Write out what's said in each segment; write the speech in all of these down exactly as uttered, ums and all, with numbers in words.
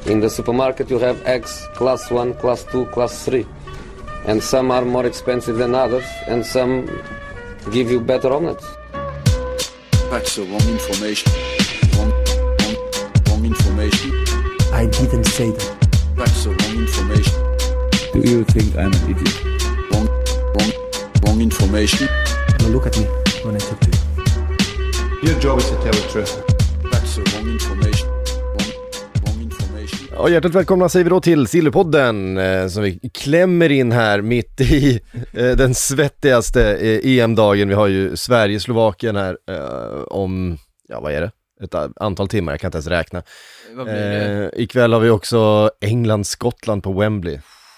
In the supermarket you have eggs class one, class two, class three. And some are more expensive than others, and some give you better omelets. That's the wrong information. Wrong, wrong, wrong information. I didn't say that. That's the wrong information. Do you think I'm an idiot? Wrong, wrong, wrong information. Now look at me when I talk to you. Your job is to tell the truth. That's the wrong information. Wrong, wrong information. Ja, hjärtligt välkomna säger vi då till Sillypodden eh, som vi klämmer in här mitt i eh, den svettigaste eh, E M-dagen. Vi har ju Sverige-Slovakien här eh, om, ja vad är det? Ett antal timmar, jag kan inte ens räkna. Vad blir det? Eh, ikväll har vi också England-Skottland på Wembley.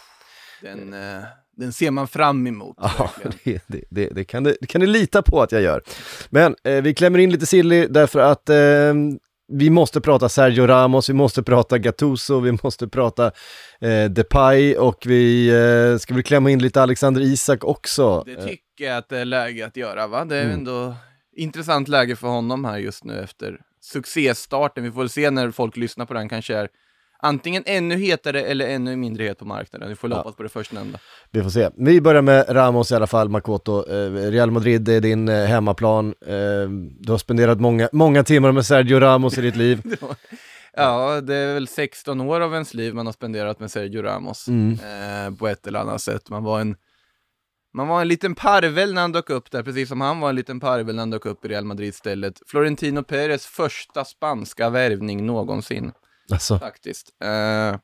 Den, eh, den ser man fram emot. Ja, det, det, det, det, kan du, det kan du lita på att jag gör. Men eh, vi klämmer in lite silly därför att eh, vi måste prata Sergio Ramos, vi måste prata Gattuso, vi måste prata eh, Depay och vi eh, ska väl klämma in lite Alexander Isak också. Det tycker jag att det är läge att göra, va? Det är Mm. ändå intressant läge för honom här just nu efter succéstarten. Vi får väl se när folk lyssnar på den, kanske är antingen ännu hetare eller ännu mindre het på marknaden. Vi får Ja. hoppas på det förstnämnda. Vi får se. Vi börjar med Ramos i alla fall, Makoto. Eh, Real Madrid är din eh, hemmaplan. Eh, du har spenderat många, många timmar med Sergio Ramos i ditt liv. Ja, det är väl sexton år av ens liv man har spenderat med Sergio Ramos. Mm. Eh, på ett eller annat sätt. Man var en Man var en liten parvel när han dök upp där, precis som han var en liten parvel när han dök upp i Real Madrid stället. Florentino Perez första spanska värvning någonsin, Alltså. faktiskt. Eh,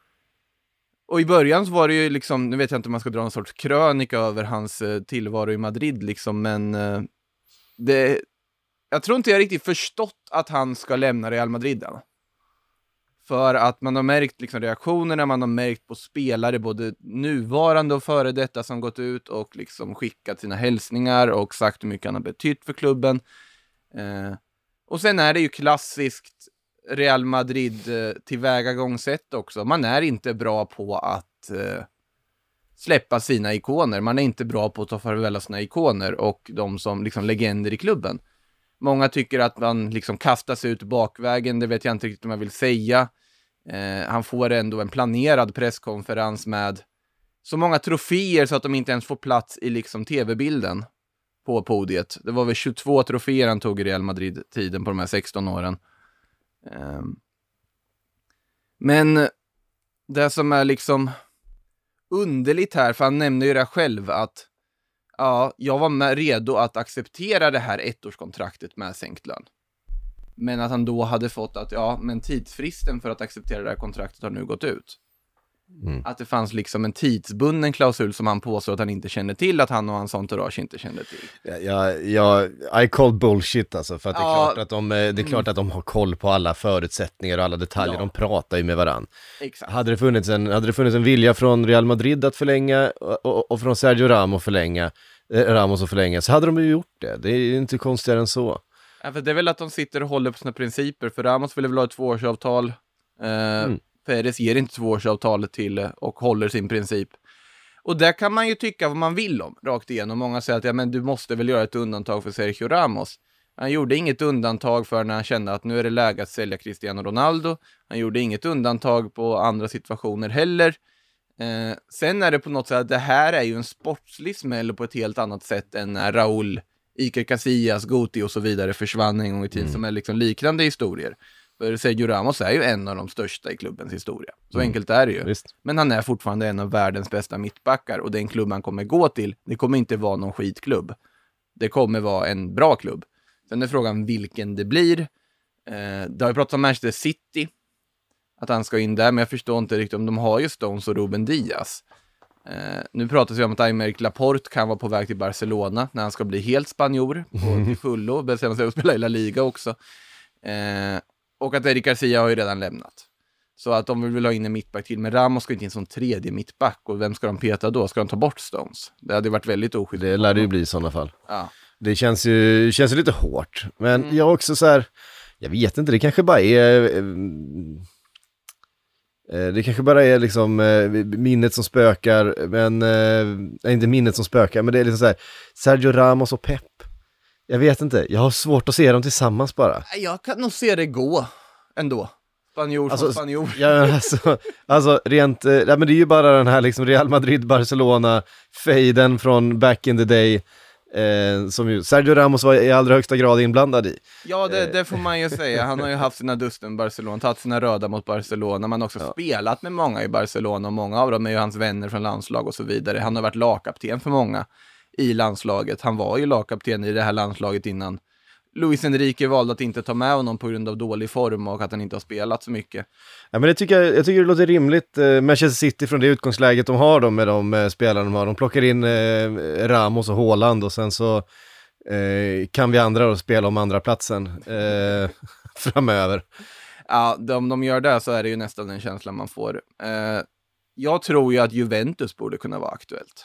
och i början så var det ju liksom, nu vet jag inte om man ska dra någon sorts krönika över hans eh, tillvaro i Madrid liksom, men eh, det, jag tror inte jag riktigt förstått att han ska lämna Real Madrid än. För att man har märkt liksom reaktionerna, man har märkt på spelare, både nuvarande och före detta, som gått ut och liksom skickat sina hälsningar och sagt hur mycket han har betytt för klubben. Eh, och sen är det ju klassiskt Real Madrid eh, tillvägagångssätt också. Man är inte bra på att eh, släppa sina ikoner. Man är inte bra på att ta farväl av sina ikoner och de som liksom legender i klubben. Många tycker att man liksom kastas ut bakvägen, det vet jag inte riktigt om jag vill säga. Eh, han får ändå en planerad presskonferens med så många troféer så att de inte ens får plats i liksom tv-bilden på podiet. Det var väl tjugotvå troféer han tog i Real Madrid-tiden på de här sexton åren. Eh, men det som är liksom underligt här, för han nämner ju det själv att ja, jag var med redo att acceptera det här ettårskontraktet med sänkt lön. Men att han då hade fått att, ja, men tidsfristen för att acceptera det här kontraktet har nu gått ut. Mm. Att det fanns liksom en tidsbunden klausul som han påstår att han inte kände till, att han och hans entourage inte kände till. Ja, ja, ja, I call bullshit alltså, för att Ja. det är klart att de, det är klart att de har koll på alla förutsättningar och alla detaljer, Ja. de pratar ju med varann. Exakt. Hade det funnits en, hade det funnits en vilja från Real Madrid att förlänga och, och, och från Sergio Ramos förlänga, eh, Ramos att förlänga, så hade de ju gjort det. Det är ju inte konstigare än så. Ja, för det är väl att de sitter och håller på sina principer, för Ramos ville väl ha ett tvåårsavtal. Eh, Mm. Perez ger inte tvåårsavtalet till och håller sin princip. Och där kan man ju tycka vad man vill om, rakt igenom. Många säger att ja, men du måste väl göra ett undantag för Sergio Ramos. Han gjorde inget undantag för när han kände att nu är det läge att sälja Cristiano Ronaldo. Han gjorde inget undantag på andra situationer heller. Eh, sen är det på något sätt att det här är ju en sportslig smäll på ett helt annat sätt än när Raúl, Iker Casillas, Guti och så vidare försvann en gång i tiden, Mm. som är liksom liknande historier. För Sergio Ramos är ju en av de största i klubbens historia. Så Mm. enkelt är det ju. Visst. Men han är fortfarande en av världens bästa mittbackar. Och den klubb han kommer gå till, det kommer inte vara någon skitklubb. Det kommer vara en bra klubb. Sen är frågan vilken det blir. Eh, det har ju pratat om Manchester City, att han ska in där. Men jag förstår inte riktigt om de har ju Stones och Ruben Diaz. Eh, nu pratas det om att Aymeric Laporte kan vara på väg till Barcelona när han ska bli helt spanjor på till fullo. Bestämma sig att spela i La Liga också. Eh, och att Eric Garcia har ju redan lämnat. Så att de vill ha in en mittback till. Men Ramos ska inte in som tredje mittback. Och vem ska de peta då? Ska de ta bort Stones? Det hade varit väldigt oskyldigt. Det lär det ju bli i sådana fall. Ja. Det känns ju, känns ju lite hårt. Men Mm. jag också så här, jag vet inte, det kanske bara är eh, eh, det kanske bara är liksom eh, minnet som spökar, men eh, inte minnet som spökar, men det är liksom så här, Sergio Ramos och Pep. Jag vet inte, jag har svårt att se dem tillsammans bara. Jag kan nog se det gå ändå. Spanjor Alltså, som spanjor. Ja, alltså, alltså rent, eh, ja, men det är ju bara den här liksom Real Madrid-Barcelona-fejden från back in the day, eh, som ju Sergio Ramos var i allra högsta grad inblandad i. Ja, det, det får man ju säga. Han har ju haft sina duster med Barcelona, tagit sina röda mot Barcelona. Man har också ja. spelat med många i Barcelona och många av dem är ju hans vänner från landslag och så vidare. Han har varit lagkapten för många i landslaget. Han var ju lagkapten i det här landslaget innan Luis Enrique valde att inte ta med honom på grund av dålig form och att han inte har spelat så mycket. Ja, men det tycker jag, jag tycker det låter rimligt. Eh, Manchester City från det utgångsläget de har då med de eh, spelarna de har. De plockar in eh, Ramos och Haaland och sen så eh, kan vi andra då spela om andra platsen eh, framöver. Ja, om de gör det så är det ju nästan den känslan man får. Eh, jag tror ju att Juventus borde kunna vara aktuellt.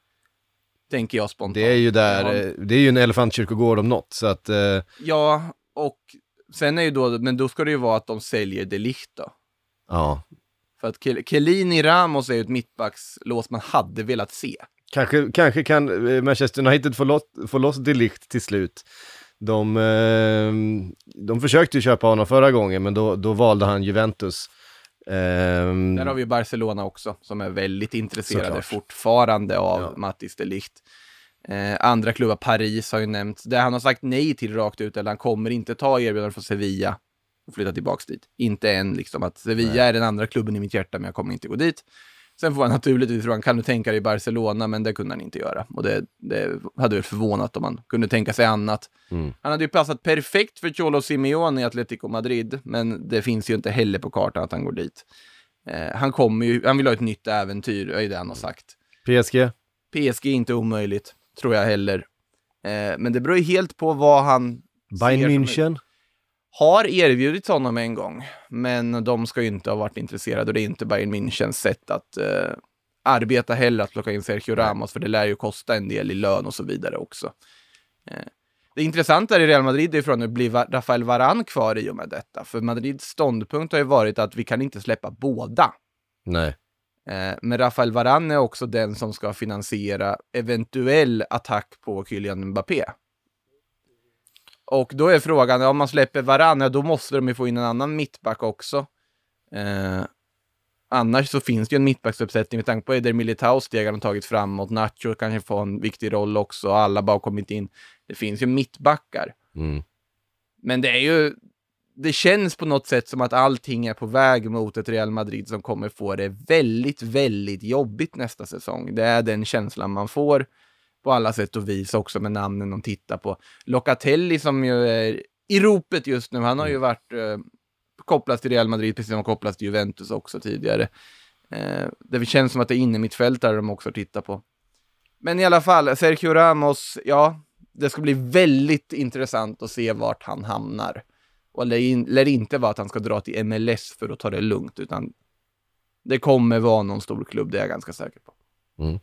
Tänker jag spontant. Det är ju där, har... det är ju en elefantkyrkogård om något, så att... Eh... Ja, och sen är ju då, men då ska det ju vara att de säljer De Ligt då. Ja. För att Chiellini Ramos är ju ett mittbackslås man hade velat se. Kanske, kanske kan Manchester United få, lot, få loss De Ligt till slut. De, eh, de försökte ju köpa honom förra gången, men då, då valde han Juventus. Um, Där har vi ju Barcelona också som är väldigt intresserade såklart. fortfarande av ja. Matthijs de Ligt. Eh, andra klubbar, Paris har ju nämnt. Det han har sagt nej till rakt ut, eller han kommer inte ta erbjudande från Sevilla och flytta tillbaks dit. Inte än liksom att Sevilla nej. är den andra klubben i mitt hjärta, men jag kommer inte gå dit. Sen får han naturligtvis frågan, kan du tänka dig i Barcelona? Men det kunde han inte göra. Och det, det hade väl förvånat om han kunde tänka sig annat. Mm. Han hade ju passat perfekt för Cholo Simeone i Atletico Madrid. Men det finns ju inte heller på kartan att han går dit. Eh, han kommer ju, han vill ha ett nytt äventyr, är det han har sagt. P S G? P S G är inte omöjligt, tror jag heller. Eh, men det beror ju helt på vad han... Bayern München? Har erbjudit honom en gång, men de ska ju inte ha varit intresserade och det är inte Bayern Münchens sätt att uh, arbeta heller, att plocka in Sergio Ramos, för det lär ju kosta en del i lön och så vidare också. Uh, det intressanta i Real Madrid är från nu blir Rafael Varane kvar i och med detta, för Madrids ståndpunkt har ju varit att vi kan inte släppa båda. Nej. Uh, men Rafael Varane är också den som ska finansiera eventuell attack på Kylian Mbappé. Och då är frågan, om man släpper Varane, då måste de ju få in en annan mittback också. Eh, annars så finns det ju en mittbacksuppsättning med tanke på Eder Militao steg han tagit framåt. Nacho kanske får en viktig roll också. Alla bara kommit in. Det finns ju mittbackar. Mm. Men det är ju, det känns på något sätt som att allting är på väg mot ett Real Madrid som kommer få det väldigt, väldigt jobbigt nästa säsong. Det är den känslan man får. På alla sätt och vis också med namnen de tittar på. Locatelli som ju är i ropet just nu. Han har ju varit eh, kopplad till Real Madrid precis som kopplad till Juventus också tidigare. Eh, det känns som att det är inne mitt fält där de också tittar på. Men i alla fall, Sergio Ramos, ja, det ska bli väldigt intressant att se vart han hamnar. Och det lär inte vara att han ska dra till M L S för att ta det lugnt, utan det kommer vara någon stor klubb, det är jag ganska säker på. Mm.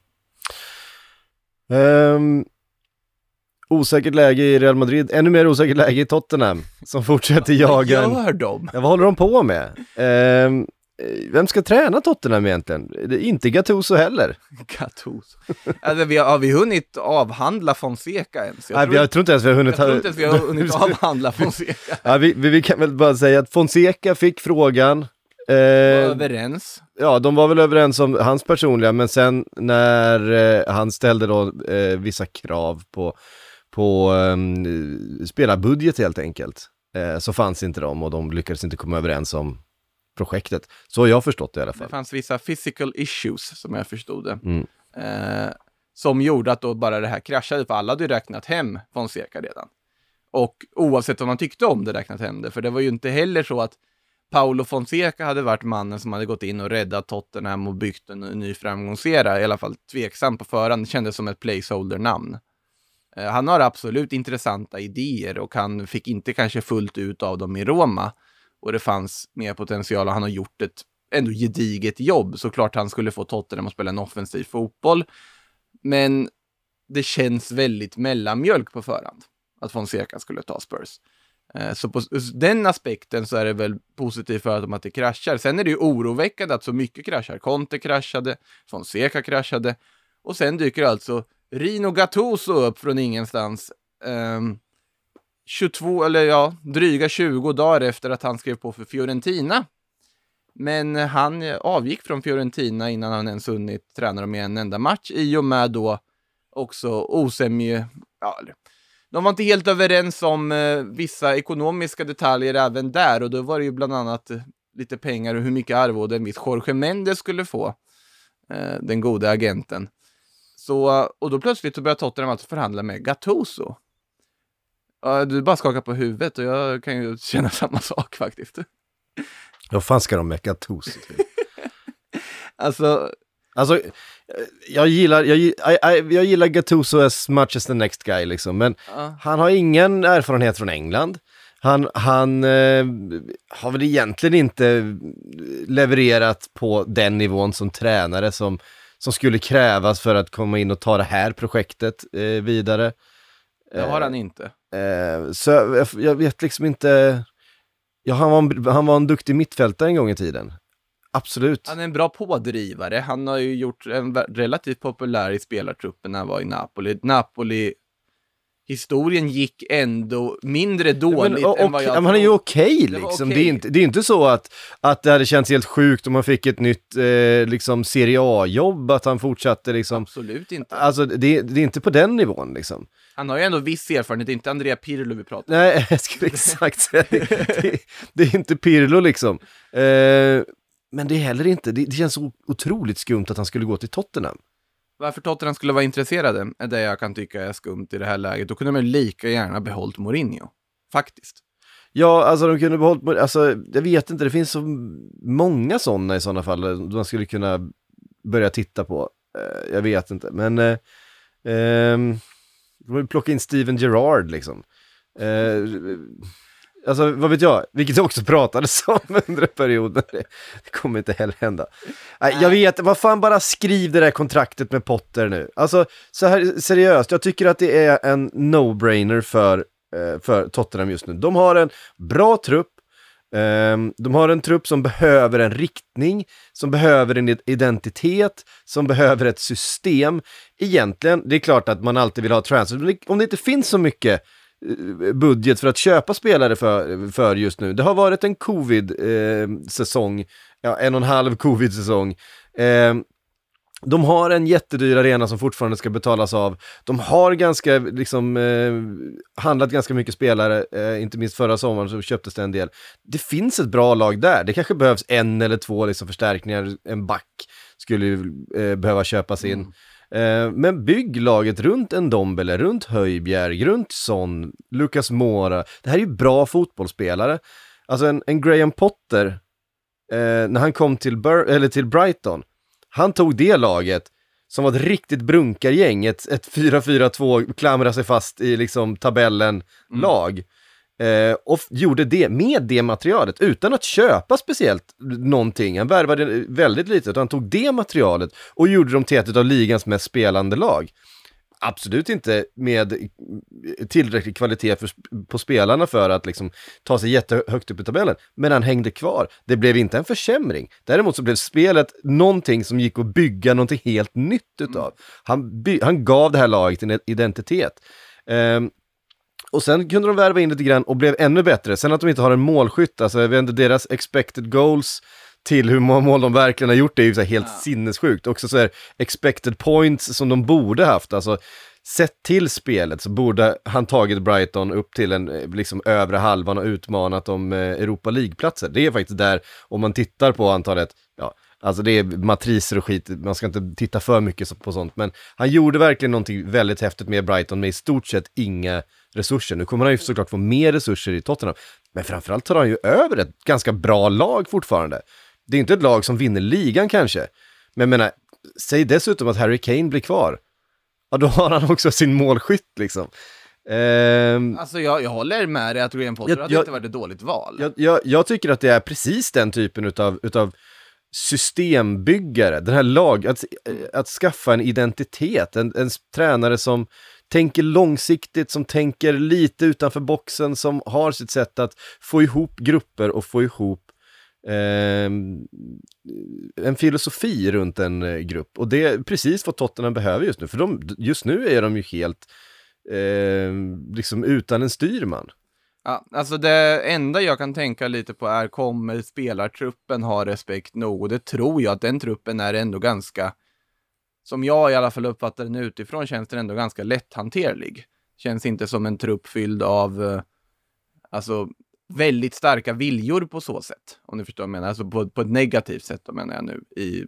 Um, osäkert läge i Real Madrid, ännu mer osäkert läge i Tottenham som fortsätter jaga. Vad gör de? Ja, vad håller de på med? Um, vem ska träna Tottenham egentligen? Det är inte Gattuso heller. Gattuso. Alltså, vi har, har vi hunnit avhandla Fonseca ens? Jag, Nej, tror, jag tror inte ens vi har hunnit, jag tror inte ens vi har hunnit avhandla Fonseca. Ja, vi, vi, vi kan väl bara säga att Fonseca fick frågan. Eh, var överens. Ja, de var väl överens om hans personliga, men sen när eh, han ställde då eh, vissa krav på, på eh, spelarbudget helt enkelt, eh, så fanns inte de och de lyckades inte komma överens om projektet. Så har jag förstått det i alla fall. Det fanns vissa physical issues som jag förstod det. Mm. Eh, som gjorde att då bara det här kraschade, för alla hade ju räknat hem Fonseca redan. Och oavsett vad man tyckte om det räknat hem det, för det var ju inte heller så att Paulo Fonseca hade varit mannen som hade gått in och räddat Tottenham och byggt en ny framgångsera, i alla fall tveksam på förhand, kändes som ett placeholder-namn. Eh, han har absolut intressanta idéer och han fick inte kanske fullt ut av dem i Roma, och det fanns mer potential och han har gjort ett ändå gediget jobb. Såklart han skulle få Tottenham att spela en offensiv fotboll, men det känns väldigt mellanmjölk på förhand att Fonseca skulle ta Spurs. Så på den aspekten så är det väl positivt för dem att det kraschar. Sen är det ju oroväckande att så mycket kraschar. Conte kraschade, Fonseca kraschade, och sen dyker alltså Rino Gattuso upp från ingenstans um, tjugotvå eller ja, dryga tjugo dagar efter att han skrev på för Fiorentina Men han avgick från Fiorentina innan han ens hunnit träna dem i en enda match, i och med då också osämje. Ja, de var inte helt överens om eh, vissa ekonomiska detaljer även där, och då var det ju bland annat eh, lite pengar och hur mycket arvode en viss Jorge Mendes skulle få, eh, den goda agenten. Så, och då plötsligt så började Tottenham alltså förhandla med Gattuso. Uh, du bara skakar på huvudet, och jag kan ju känna samma sak faktiskt. Vad fan ska de med Gattuso till? Alltså... Alltså, jag gillar, jag, I, I, jag gillar Gattuso as much as the next guy liksom, men uh. han har ingen erfarenhet från England. Han, han eh, har väl egentligen inte levererat på den nivån som tränare som, som skulle krävas för att komma in och ta det här projektet eh, vidare. Det har han inte. Eh, så jag, jag vet liksom inte... Ja, han var, en, han var en duktig mittfältare en gång i tiden. Absolut. Han är en bra pådrivare. Han har ju gjort en relativt populär i spelartruppen när han var i Napoli. Napoli... Historien gick ändå mindre dåligt men, och, än vad jag ja, men han är ju okej okay, det liksom. Okay. Det, är inte, det är inte så att, att det hade känts helt sjukt om man fick ett nytt eh, liksom Serie A-jobb, att han fortsatte liksom. Absolut inte. Alltså det, det är inte på den nivån liksom. Han har ju ändå viss erfarenhet, det är inte Andrea Pirlo vi pratar om. Nej, jag skulle exakt säga det. det. Det är inte Pirlo liksom. Eh, men det är heller inte, det, det känns så otroligt skumt att han skulle gå till Tottenham. Varför Tottenham skulle vara intresserade är det jag kan tycka är skumt i det här läget. Då kunde man lika gärna behållit Mourinho. Faktiskt. Ja, alltså de kunde behållit Mourinho. Alltså, jag vet inte, det finns så många sådana i sådana fall man skulle kunna börja titta på. Uh, jag vet inte, men uh, um, de vill plocka in Steven Gerrard liksom. Uh, Alltså, vad vet jag? Vilket jag också pratades om under perioden. Det, det kommer inte heller hända. Nej, jag vet, vad fan, bara skriv det där kontraktet med Potter nu. Alltså, så här seriöst, jag tycker att det är en no-brainer för, eh, för Tottenham just nu. De har en bra trupp. Eh, de har en trupp som behöver en riktning, som behöver en identitet, som behöver ett system. Egentligen, det är klart att man alltid vill ha transfer. Men om det inte finns så mycket budget för att köpa spelare för, för just nu. Det har varit en covid-säsong, eh, ja, en och en halv covid-säsong. Eh, de har en jättedyr arena som fortfarande ska betalas av. De har ganska, liksom, eh, handlat ganska mycket spelare, eh, inte minst förra sommaren så köptes det en del. Det finns ett bra lag där. Det kanske behövs en eller två liksom, förstärkningar. En back skulle ju eh, behöva köpas in. Mm. Men bygg laget runt en Dombele, runt Höjbjerg, runt Son, Lucas Moura. Det här är ju bra fotbollsspelare. Alltså en, en Graham Potter, eh, när han kom till, Bur- eller till Brighton, han tog det laget som var ett riktigt brunkargäng, ett, ett fyra fyra två, klamra sig fast i liksom tabellen mm. lag. Eh, och f- gjorde det med det materialet utan att köpa speciellt någonting. Han värvade väldigt lite, utan han tog det materialet och gjorde dem till ett av ligans mest spelande lag. Absolut inte med tillräcklig kvalitet för, på spelarna för att liksom ta sig jättehögt upp i tabellen, men han hängde kvar. Det blev inte en försämring. Däremot så blev spelet någonting som gick att bygga någonting helt nytt utav. Mm. Han, by- han gav det här laget en identitet. Eh, Och sen kunde de värva in lite grann och blev ännu bättre. Sen att de inte har en målskytt, alltså jag vet inte, deras expected goals till hur många mål de verkligen har gjort, det är ju så här helt ja. sinnessjukt. Också så här expected points som de borde haft, alltså sett till spelet så borde han tagit Brighton upp till en liksom övre halvan och utmanat om Europa League-platser. Det är faktiskt där, om man tittar på antalet, ja, alltså det är matriser och skit, man ska inte titta för mycket på sånt, men han gjorde verkligen någonting väldigt häftigt med Brighton med i stort sett inga resurser. Nu kommer han ju såklart få mer resurser i Tottenham, men framförallt tar han ju över ett ganska bra lag fortfarande. Det är inte ett lag som vinner ligan kanske, men jag menar, säg dessutom att Harry Kane blir kvar. Ja, då har han också sin målskytt liksom. Um, alltså jag, jag håller med dig att Graham Potter jag, hade jag, inte varit ett dåligt val. Jag, jag, jag tycker att det är precis den typen utav, utav systembyggare, den här lag, att, att skaffa en identitet, en, en tränare som tänker långsiktigt, som tänker lite utanför boxen, som har sitt sätt att få ihop grupper och få ihop eh, en filosofi runt en grupp. Och det är precis vad Tottenham behöver just nu, för de, just nu är de ju helt eh, liksom utan en styrman. Ja, alltså det enda jag kan tänka lite på är, kommer spelartruppen ha respekt nog? Och det tror jag att den truppen är ändå ganska, som jag i alla fall uppfattar den utifrån, känns den ändå ganska lätthanterlig. Känns inte som en trupp fylld av eh, alltså väldigt starka viljor på så sätt. Om ni förstår vad jag menar. Alltså på, på ett negativt sätt då menar jag nu. I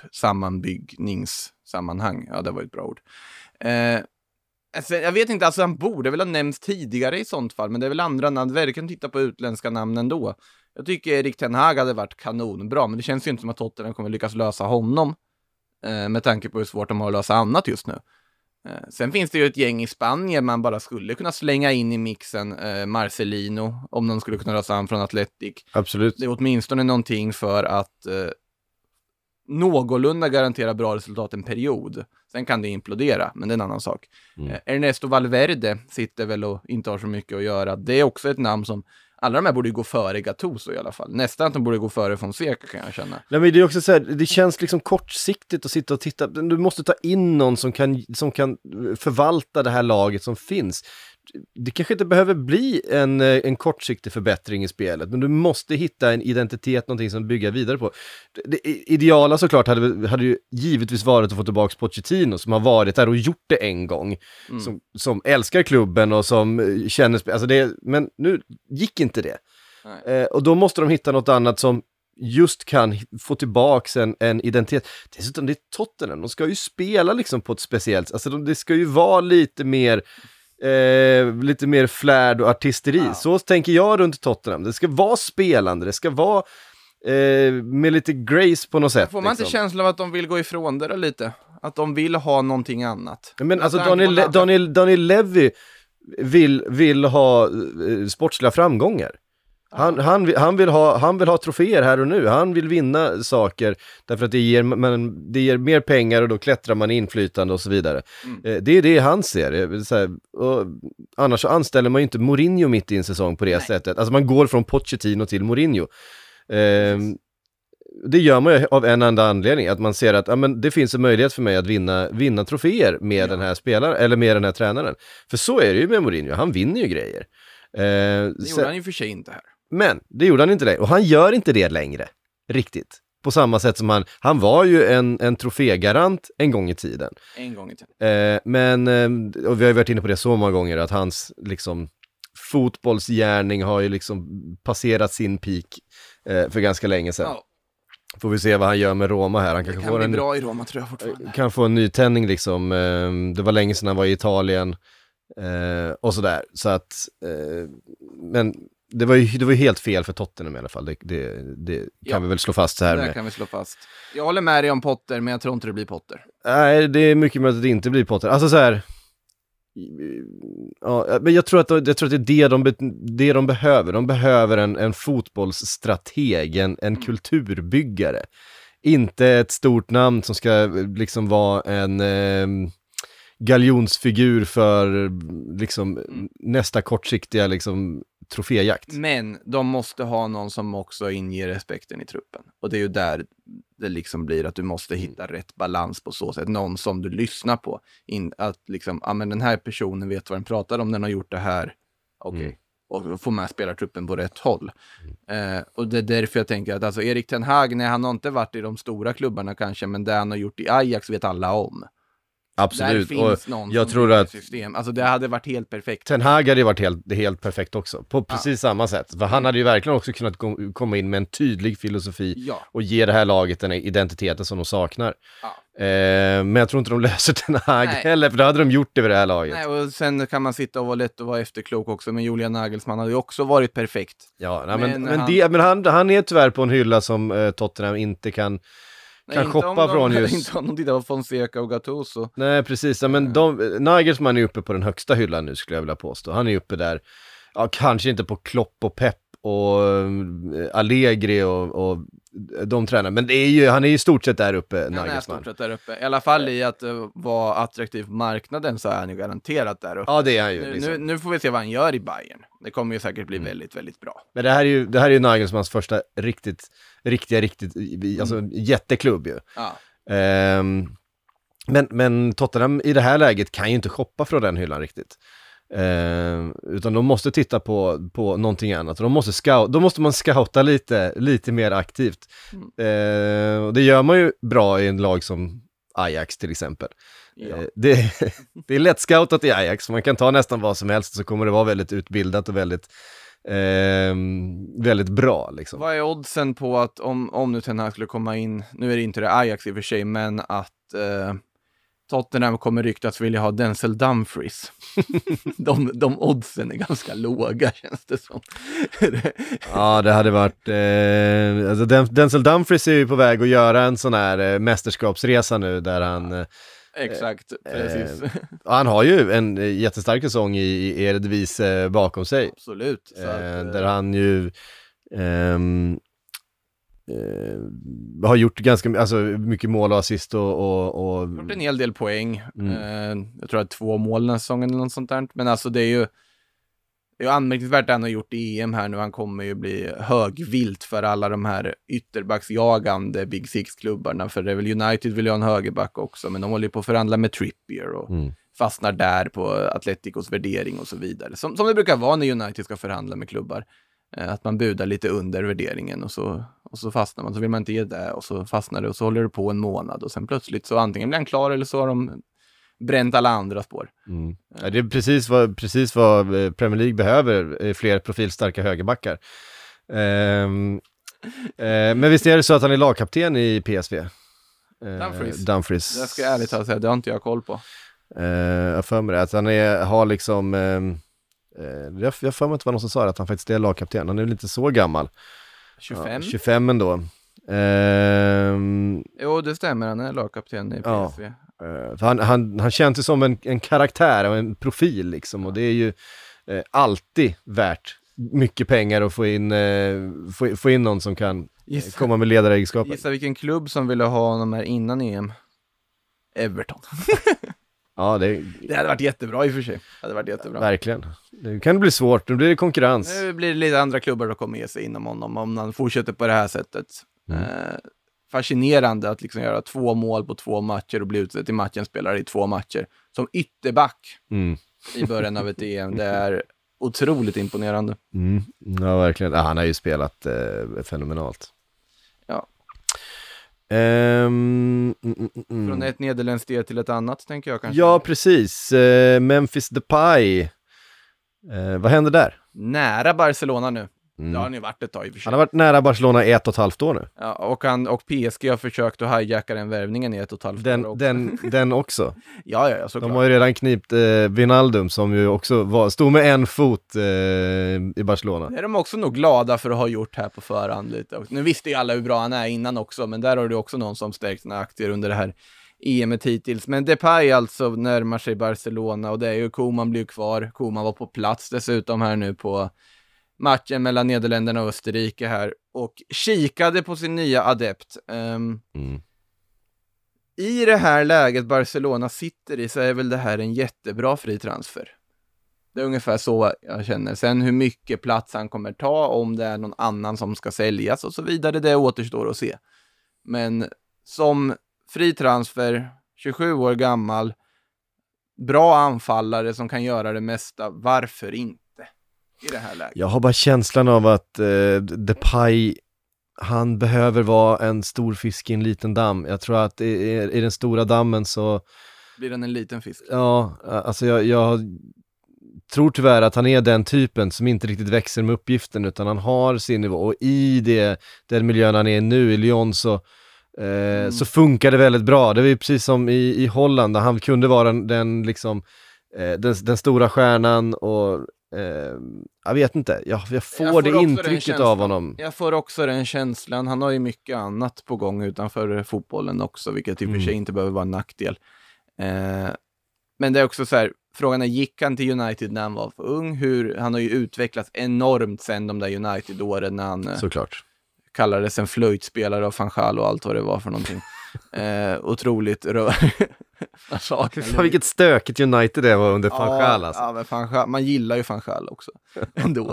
truppsammanbyggningssammanhang. Ja, det var ett bra ord. Eh, alltså, jag vet inte, alltså han borde väl ha nämnts tidigare i sånt fall. Men det är väl andra namn. Verkligen titta på utländska namn ändå. Jag tycker Erik Ten Hag hade varit kanonbra. Men det känns ju inte som att Tottenham kommer lyckas lösa honom. Eh, med tanke på hur svårt de har att lösa annat just nu. Eh, sen finns det ju ett gäng i Spanien man bara skulle kunna slänga in i mixen. eh, Marcelino, om de skulle kunna lösa han från Athletic. Absolut. Det är åtminstone någonting för att eh, någorlunda garantera bra resultat en period. Sen kan det implodera, men det är en annan sak. Mm. eh, Ernesto Valverde sitter väl och inte har så mycket att göra. Det är också ett namn som alla de här borde gå före Gattuso i alla fall. Nästan att de borde gå före Fonseca, kan jag känna. Nej, men det är också så här, det känns liksom kortsiktigt att sitta och titta. Du måste ta in någon som kan, som kan förvalta det här laget som finns. Det kanske inte behöver bli en, en kortsiktig förbättring i spelet, men du måste hitta en identitet, någonting som bygger vidare på. Det ideala såklart hade, hade ju givetvis varit att få tillbaka Pochettino, som har varit där och gjort det en gång. Mm. Som, som älskar klubben och som känner... Alltså det, men nu gick inte det. Eh, och då måste de hitta något annat som just kan få tillbaka en, en identitet. Dessutom, det är Tottenham. De ska ju spela liksom på ett speciellt... Alltså de, det ska ju vara lite mer... Eh, lite mer flärd och artisteri. Wow. Så tänker jag runt Tottenham. Det ska vara spelande, det ska vara eh, med lite grace på något sätt. Får man liksom. inte känslan av att de vill gå ifrån det lite? Att de vill ha någonting annat? Men alltså Daniel, Le- Daniel, Daniel Levy vill, vill ha eh, sportsliga framgångar. Han, ja. han, han, vill ha, han vill ha troféer här och nu. Han vill vinna saker därför att det ger, man, det ger mer pengar och då klättrar man inflytande och så vidare. Mm. Eh, det är det han ser. Så här, och annars så anställer man ju inte Mourinho mitt i en säsong på det Nej. sättet. Alltså man går från Pochettino till Mourinho. Eh, det gör man ju av en enda anledning. Att man ser att ja, men det finns en möjlighet för mig att vinna, vinna troféer med ja. den här spelaren eller med den här tränaren. För så är det ju med Mourinho. Han vinner ju grejer. Eh, det gjorde så, han ju för sig inte här. Men det gjorde han inte det. Och han gör inte det längre. Riktigt. På samma sätt som han... Han var ju en, en trofégarant en gång i tiden. En gång i tiden. Eh, men... Och vi har ju varit inne på det så många gånger. Att hans liksom... fotbollsgärning har ju liksom passerat sin peak eh, för ganska länge sedan. Ja. Får vi se vad han gör med Roma här. Han det kan, kan få bli en, bra i Roma tror jag fortfarande. Kan få en nytändning liksom. Eh, det var länge sedan han var i Italien. Eh, och sådär. Så att... Eh, men... Det var ju det var ju helt fel för Tottenham i alla fall. Det, det, det kan ja, vi väl slå fast så här det med. kan vi slå fast. Jag håller med dig om Potter, men jag tror inte det blir Potter. Nej, det är mycket möjligt att det inte blir Potter. Alltså så här... Ja, men jag tror att, jag tror att det är det de, det de behöver. De behöver en, en fotbollsstrateg, en, en mm. kulturbyggare. Inte ett stort namn som ska liksom vara en... Eh, galjonsfigur för liksom mm. nästa kortsiktiga liksom troféjakt. Men de måste ha någon som också inger respekten i truppen. Och det är ju där det liksom blir att du måste hitta rätt balans på så sätt. Någon som du lyssnar på. In, att liksom, ja men den här personen vet vad den pratar om, den har gjort det här. Okej. Okay. Mm. Och få med spelartruppen på rätt håll. Mm. Eh, och det är därför jag tänker att alltså Erik Ten Hag, nej, han har inte varit i de stora klubbarna kanske, men det han har gjort i Ajax vet alla om. Absolut. Där finns och någon jag tror att system. Alltså det hade varit helt perfekt. Ten Hag hade varit helt, helt perfekt också. På precis ja. samma sätt. För han hade ju verkligen också kunnat kom, komma in med en tydlig filosofi ja. och ge det här laget den identiteten som de saknar. Ja. Eh, men jag tror inte de löser Ten Hag Nej. heller, för då hade de gjort det vid det här laget. Nej, och sen kan man sitta och vara lätt och vara efterklok också. Men Julian Nagelsmann hade ju också varit perfekt. Ja, nej, men, men, men, han... Det, men han, han är tyvärr på en hylla som eh, Tottenham inte kan kan Nej, shoppa från just... Inte om de tittar på Fonseca och Gattuso. Nej, precis. Ja, men de, Nagelsmann är uppe på den högsta hyllan nu, skulle jag vilja påstå. Han är uppe där, ja, kanske inte på Klopp och Pep och uh, Allegri och, och de tränar. Men det är ju, han är ju i stort sett där uppe, Nagelsmann. Han är i stort sett där uppe. I alla fall i att uh, vara attraktiv på marknaden så är han ju garanterat där uppe. Ja, det är han ju. Nu, liksom. nu, nu får vi se vad han gör i Bayern. Det kommer ju säkert bli mm. väldigt, väldigt bra. Men det här är ju, det här är ju Nagelsmanns första riktigt, riktiga, riktigt, alltså mm. jätteklubb ju. Ja. Um, men, men Tottenham i det här läget kan ju inte shoppa från den hyllan riktigt. Eh, utan de måste titta på, på någonting annat. De måste scout, då måste man scouta lite, lite mer aktivt. Mm. Eh, och det gör man ju bra i en lag som Ajax till exempel. Ja. Eh, det, det är lätt scoutat i Ajax, man kan ta nästan vad som helst så kommer det vara väldigt utbildat och väldigt eh, väldigt bra liksom. Vad är oddsen på att om, om nu Ten Hag skulle komma in, nu är det inte det Ajax i och för sig, men att eh, Tottenham kommer ryktas vilja ha Denzel Dumfries. de, de oddsen är ganska låga, känns det som. Ja, det hade varit eh, alltså Den- Denzel Dumfries är ju på väg att göra en sån här eh, mästerskapsresa nu där han eh, Exakt, precis. Eh, han har ju en eh, jättestark säsong i, i Eredivisie bakom sig. Absolut. Så att, Eh, där han ju ehm, eh, har gjort ganska alltså, mycket mål och assist och... och, och... gjort en hel del poäng. Mm. Eh, jag tror att två mål den här säsongen eller något sånt där. Men alltså det är ju det är ju anmärkningsvärt att han har gjort i E M här nu. Han kommer ju bli högvilt för alla de här ytterbacksjagande Big Six-klubbarna. För det är väl United vill ju ha en högerback också. Men de håller ju på att förhandla med Trippier och Mm. fastnar där på Atleticos värdering och så vidare. Som, som det brukar vara när United ska förhandla med klubbar. Eh, att man budar lite under värderingen och så, och så fastnar man. Så vill man inte ge det och så fastnar det och så håller det på en månad. Och sen plötsligt så antingen blir han klar eller så har de bränt alla andra spår. Mm. Ja, det är precis vad, precis vad Premier League behöver, är fler profilstarka högerbackar. Ehm, eh, men visst är det så att han är lagkapten i P S V? Eh, Dumfries. Dumfries. Det ska jag ärligt talat säga, det har inte jag koll på. Eh, jag för mig det, att han är, har liksom... ehm, eh, jag jag för mig att det var någon som sa det, att han faktiskt är lagkapten. Han är väl inte så gammal. tjugofem? Ja, tjugofem ändå. Ehm, Jo, det stämmer. Han är lagkapten i P S V. Ja. Uh, för han, han, han känns ju som en, en karaktär och en profil liksom, och det är ju uh, alltid värt mycket pengar att få in, uh, få, få in någon som kan Gissa. komma med ledaregenskaper. Gissa vilken klubb som ville ha honom här innan E M. Everton. Ja, det, Det hade varit jättebra i och för sig. Det hade varit jättebra. verkligen. Det kan bli svårt, nu blir det konkurrens. Nu blir det lite andra klubbar som kommer ge sig inom honom om han fortsätter på det här sättet. Mm. Eh, fascinerande att liksom göra två mål på två matcher och bli utsedd till matchens spelare i två matcher. Som ytterback Mm. i början av ett E M. Det är otroligt imponerande. Mm. Ja, verkligen. Ja, han har ju spelat uh, fenomenalt. Ja. Um, mm, mm, mm. Från ett nederländskt steg till ett annat, tänker jag kanske. Ja, precis. Uh, Memphis Depay. Uh, vad händer där? Nära Barcelona nu. Mm. Det har han ju varit ett tag i och för sig. Han har varit nära Barcelona i ett och ett halvt år nu. Ja, och, han, och P S G har försökt att hijacka den värvningen i ett och ett halvt år Den, också. den, den också. Ja, ja, ja, såklart. De har ju redan knipt eh, Wijnaldum som ju också var, stod med en fot eh, i Barcelona. Det är de också nog glada för att ha gjort här på förhand lite. Och nu visste ju alla hur bra han är innan också, men där har du också någon som stärkt sina aktier under det här E M hittills. Men Depay alltså närmar sig Barcelona och det är ju Koeman blir kvar. Koeman var på plats dessutom här nu på matchen mellan Nederländerna och Österrike här och kikade på sin nya adept. Um, Mm. I det här läget Barcelona sitter i så är väl det här en jättebra fri transfer. Det är ungefär så jag känner. Sen hur mycket plats han kommer ta, om det är någon annan som ska säljas och så vidare, det återstår att se. Men som fri transfer, tjugosju år gammal, bra anfallare som kan göra det mesta, varför inte i det här läget? Jag har bara känslan av att eh, Depay, han behöver vara en stor fisk i en liten damm. Jag tror att i, i den stora dammen så, Blir den en liten fisk? ja, alltså jag, jag tror tyvärr att han är den typen som inte riktigt växer med uppgiften, utan han har sin nivå, och i det, den miljön han är nu i Lyon så eh, Mm. så funkar det väldigt bra. Det var ju precis som i, i Holland där han kunde vara den, den liksom eh, den, den stora stjärnan och eh, jag vet inte, jag, jag får, Jag får det också den intrycket känslan. av honom. Jag får också den känslan. Han har ju mycket annat på gång utanför fotbollen också, vilket i och för Mm. sig inte behöver vara en nackdel. Eh, men det är också så här, frågan är, gick han till United när han var för ung? Hur, han har ju utvecklats enormt sen de där United-åren när han eh, Såklart. kallades en flöjtspelare av Van Gaal och allt vad det var för någonting. Eh, otroligt rör. Fan, vilket stökigt United det var under Van Gaal alltså. Ja, men Van Gaal, man gillar ju Van Gaal också. Ändå.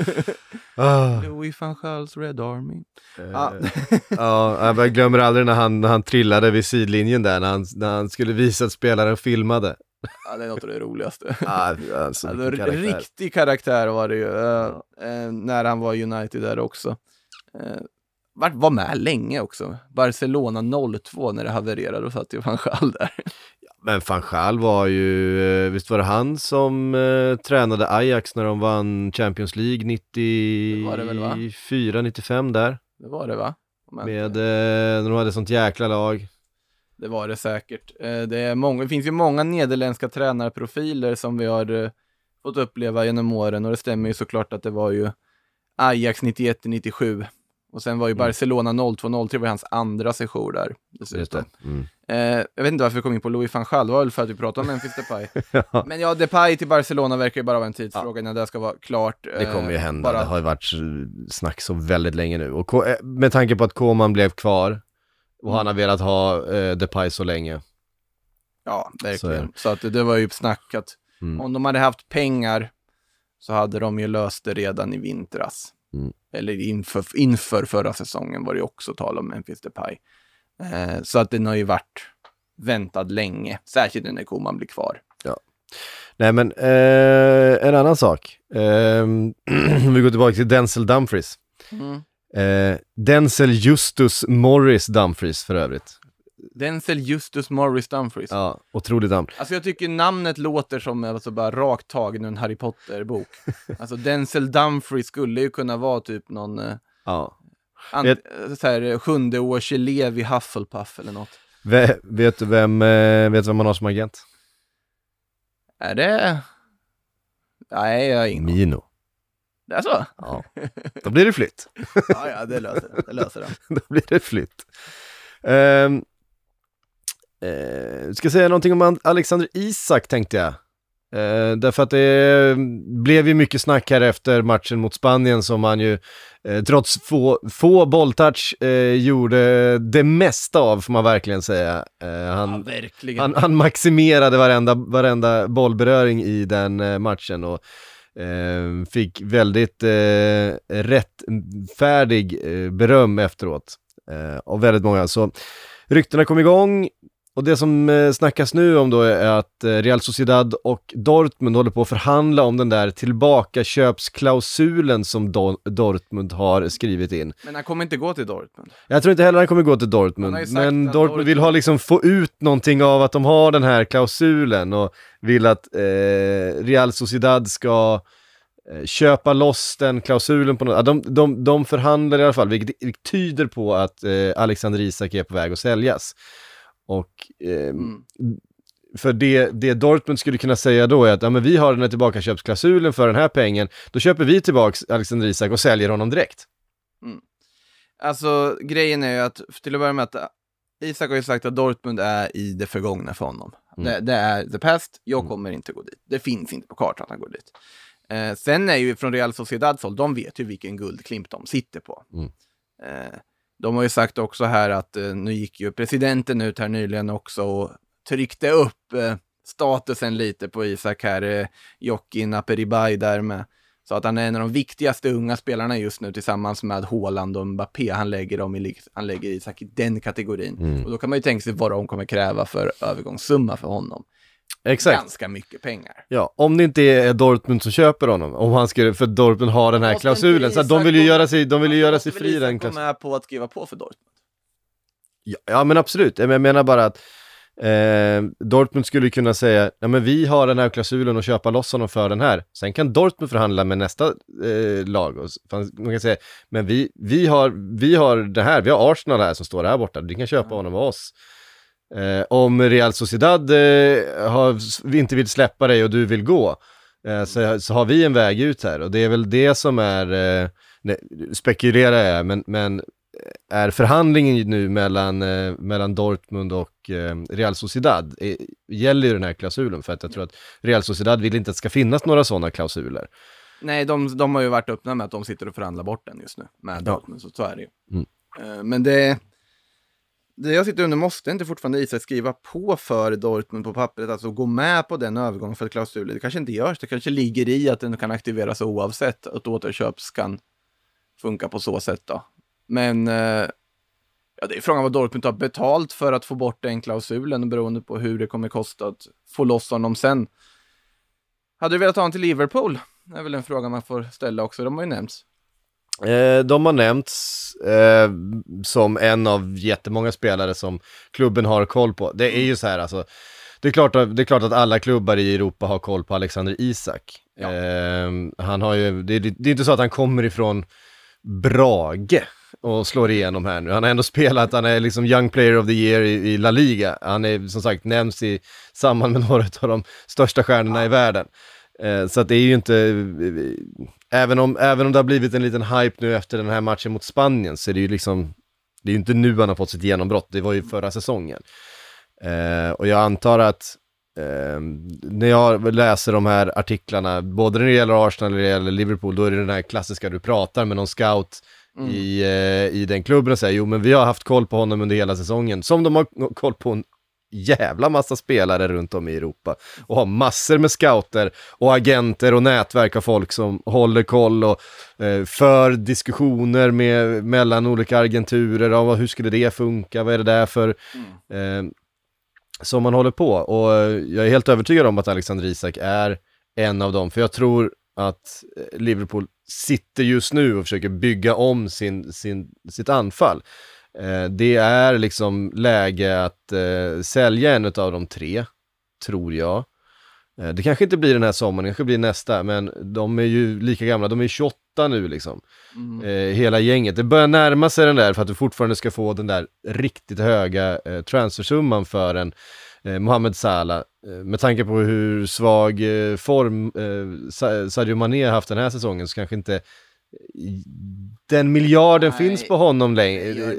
Ah. Louis van Gaals Red Army. Eh, Ja. Ja, jag glömmer aldrig när han, när han trillade vid sidlinjen där, när han, när han skulle visa att spelaren filmade. Ja, det är något av det roligaste. Ah, alltså, Alltså, karaktär. riktig karaktär var det ju. Uh, uh, när han var United där också. Uh, var, var med länge också. Barcelona noll två när det havererade och satt ju Van Gaal där. Men Van Gaal var ju, visst var det han som eh, tränade Ajax när de vann Champions League nittiofyra nittiofem där? Det var det va? Men, Med, eh, när de hade sånt jäkla lag. Det var det säkert. Eh, det, är många, det finns ju många nederländska tränarprofiler som vi har eh, fått uppleva genom åren. Och det stämmer ju såklart att det var ju Ajax nittioett nittiosju. Och sen var ju Mm. Barcelona noll två noll tre var hans andra sejour där. Just det. Mm. Eh, jag vet inte varför vi kom in på Louis van Gaal. Det var väl för att vi pratade om Memphis Depay. Ja. Men ja, Depay till Barcelona verkar ju bara vara en tidsfråga innan det ska vara klart. Det kommer ju Eh, hända, bara... det har ju varit snack så väldigt länge nu. Och K- med tanke på att Koman blev kvar och Mm. han har velat ha eh, Depay så länge. Ja, verkligen. Så Så, att det, det var ju snackat. Mm. Om de hade haft pengar så hade de ju löst det redan i vintras. Mm. Eller inför, inför förra säsongen var det också tal om Memphis Depay. Eh, så att den har ju varit väntad länge. Särskilt när Koman blir kvar. Nej men, eh, en annan sak. Eh, vi går tillbaka till Denzel Dumfries. Mm. Eh, Denzel Justus Morris Dumfries för övrigt. Denzel Justus Morris Dumfries. Ja, otroligt namn. Alltså jag tycker namnet låter som alltså bara rakt tagen ur en Harry Potter-bok. Alltså Denzel Dumfries skulle ju kunna vara typ någon eh, Ja. an- Vet- så här, sjunde års elev i Hufflepuff eller något. Ve- vet du vem, eh, vet du vem man har som agent? Är det? Nej, jag har ingen aning. Mino. Det är så? Ja. Då blir det flytt. Ja, ja, det löser det. Det löser det. Då blir det flytt. Um, uh, ska säga någonting om Alexander Isak tänkte jag. Uh, därför att det blev ju mycket snack här efter matchen mot Spanien som han ju uh, trots få, få bolltouch uh, gjorde det mesta av, får man verkligen säga. Uh, han, Ja, verkligen. han, han maximerade varenda, varenda bollberöring i den uh, matchen och uh, fick väldigt uh, rättfärdig uh, beröm efteråt. Uh, och väldigt många. Så ryktena kom igång. Och det som eh, snackas nu om då är att eh, Real Sociedad och Dortmund håller på att förhandla om den där tillbakaköpsklausulen som Do- Dortmund har skrivit in. Men han kommer inte gå till Dortmund. Jag tror inte heller han kommer gå till Han Dortmund, har ju sagt men att Dortmund vill Dortmund- ha liksom få ut någonting av att de har den här klausulen och vill att eh, Real Sociedad ska eh, köpa loss den klausulen på något. Ja, de, de, de förhandlar i alla fall, vilket, vilket tyder på att eh, Alexander Isak är på väg att säljas. Och eh, Mm. för det, det Dortmund skulle kunna säga då är att ja, men vi har den här tillbakaköpsklausulen för den här pengen, då köper vi tillbaks Alexander Isak och säljer honom direkt. Alltså, grejen är ju att, till att börja med att Isak har ju sagt att Dortmund är i det förgångna för honom. Mm. Det, det är the past, jag Mm. kommer inte gå dit. Det finns inte på kartan att han går dit. Eh, sen är ju från Real Sociedads håll, de vet ju vilken guldklimp de sitter på. Mm. Eh, de har ju sagt också här att eh, nu gick ju presidenten ut här nyligen också och tryckte upp eh, statusen lite på Isak här, eh, Jokin Aperibay där med. Så att han är en av de viktigaste unga spelarna just nu tillsammans med Haaland och Mbappé. Han lägger, dem i, han lägger Isak i den kategorin. Mm. Och då kan man ju tänka sig vad de kommer kräva för övergångssumma för honom. Exakt. Ganska mycket pengar. Ja, om det inte är Dortmund som köper honom, om han skulle, för Dortmund har den här Måste klausulen, inte så att de Isak vill ju gå- göra sig, de vill ju göra Måste sig väl fri Isak den gå klausulen. med på att skriva på för Dortmund? Ja, ja, men absolut. Men jag menar bara att eh, Dortmund skulle kunna säga, ja men vi har den här klausulen och köpa loss honom för den här. Sen kan Dortmund förhandla med nästa eh, lag. Och, man kan säga, men vi, vi, har, vi har det här, vi har Arsenal här som står här borta. Du kan köpa honom av oss. Eh, om Real Sociedad eh, har, inte vill släppa dig och du vill gå, eh, så, så har vi en väg ut här. Och det är väl det som är, eh, nej, spekulerar jag, men, men är förhandlingen nu mellan, eh, mellan Dortmund och eh, Real Sociedad eh, gäller ju den här klausulen, för att jag tror att Real Sociedad vill inte att det ska finnas några sådana klausuler. Nej, de, de har ju varit öppna med att de sitter och förhandlar bort den just nu med Ja. Dortmund, så, så är det ju. Mm. Eh, men det, det jag sitter under, måste inte fortfarande Isak skriva på för Dortmund på pappret, alltså gå med på den övergången för klausulen. Det kanske inte görs, det kanske ligger i att den kan aktiveras oavsett att återköps kan funka på så sätt då. Men eh, Ja, det är frågan vad Dortmund har betalt för att få bort den klausulen beroende på hur det kommer kosta att få loss honom sen. Hade du velat ha honom till Liverpool? Det är väl en fråga man får ställa också, de har ju nämnts. Eh, de har nämnts eh, som en av jättemånga spelare som klubben har koll på. Det är ju så här alltså, det är klart att, det är klart att alla klubbar i Europa har koll på Alexander Isak. Ja. Eh, han har ju, det, det är inte så att han kommer ifrån Brage och slår igenom här nu. Han har ändå spelat, han är liksom Young Player of the Year i, i La Liga. Han är som sagt nämns i samband med några av de största stjärnorna ja. i världen. Eh, så att det är ju inte, eh, även, om, även om det har blivit en liten hype nu efter den här matchen mot Spanien, så är det ju liksom, det är ju inte nu han har fått sitt genombrott, det var ju förra säsongen. Eh, och jag antar att eh, när jag läser de här artiklarna, både när det gäller Arsenal och när det gäller Liverpool, då är det den här klassiska, du pratar med någon scout mm. i, eh, i den klubben och säger, jo men vi har haft koll på honom under hela säsongen, som de har koll på en jävla massa spelare runt om i Europa och har massor med scouter och agenter och nätverk av folk som håller koll och eh, för diskussioner med, mellan olika agenturer om hur skulle det funka, vad är det där för mm. eh, som man håller på, och jag är helt övertygad om att Alexander Isak är en av dem, för jag tror att Liverpool sitter just nu och försöker bygga om sin, sin, sitt anfall. Eh, det är liksom läge att eh, sälja en av de tre, tror jag. Eh, det kanske inte blir den här sommaren, det kanske blir nästa, men de är ju lika gamla, de är tjugoåtta nu liksom. Mm. Eh, hela gänget. Det börjar närma sig den där för att du fortfarande ska få den där riktigt höga eh, transfersumman för en eh, Mohamed Salah. Eh, med tanke på hur svag eh, form eh, Sadio Mané har haft den här säsongen, så kanske inte den miljarden Nej, finns på honom längre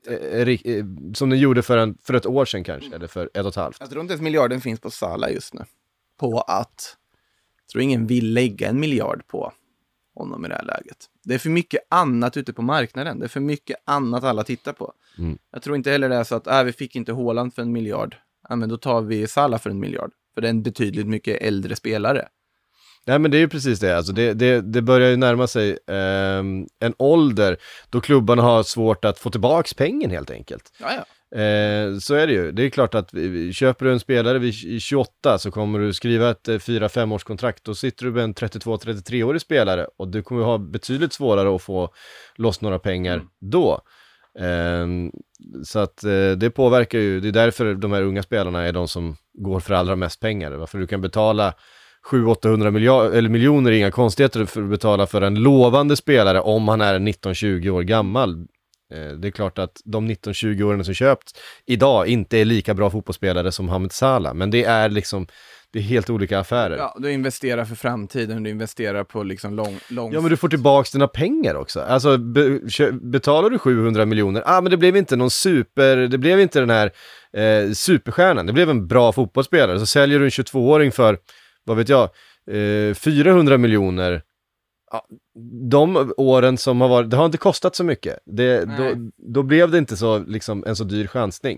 eh, som den gjorde för, en, för ett år sedan kanske, mm. eller för ett och ett halvt. Jag tror inte ens miljarden finns på Salah just nu. På att, jag tror ingen vill lägga en miljard på honom i det här läget. Det är för mycket annat ute på marknaden. Det är för mycket annat alla tittar på. Mm. Jag tror inte heller det är så att äh, vi fick inte Haaland för en miljard. Ja, men då tar vi Salah för en miljard. För det är en betydligt mycket äldre spelare. Nej, men det är ju precis det. Alltså det, det, det börjar ju närma sig eh, en ålder då klubbarna har svårt att få tillbaks pengen helt enkelt. Ja, ja. Eh, så är det ju. Det är klart att köper du en spelare vid tjugoåtta så kommer du skriva ett fyra fem års kontrakt. Då sitter du med en trettiotvå trettiotre-årig spelare och du kommer ha betydligt svårare att få loss några pengar mm. då. Eh, så att eh, det påverkar ju. Det är därför de här unga spelarna är de som går för allra mest pengar. Varför du kan betala sju till åttahundra miljoner, eller miljoner är inga konstigheter för att betala för en lovande spelare om han är nitton tjugo år gammal. Det är klart att de nitton tjugo åren som köpt idag inte är lika bra fotbollsspelare som Mohamed Salah, men det är liksom, det är helt olika affärer. Ja, du investerar för framtiden, du investerar på liksom lång, lång... Ja, men du får tillbaka dina pengar också. Alltså, be, betalar du sjuhundra miljoner, ah, men det blev inte någon super, det blev inte den här eh, superstjärnan, det blev en bra fotbollsspelare. Så säljer du en tjugotvååring för, vad vet jag, eh, fyrahundra miljoner. Ja, de åren som har varit, det har inte kostat så mycket. Det, då, då blev det inte så, liksom, en så dyr chansning.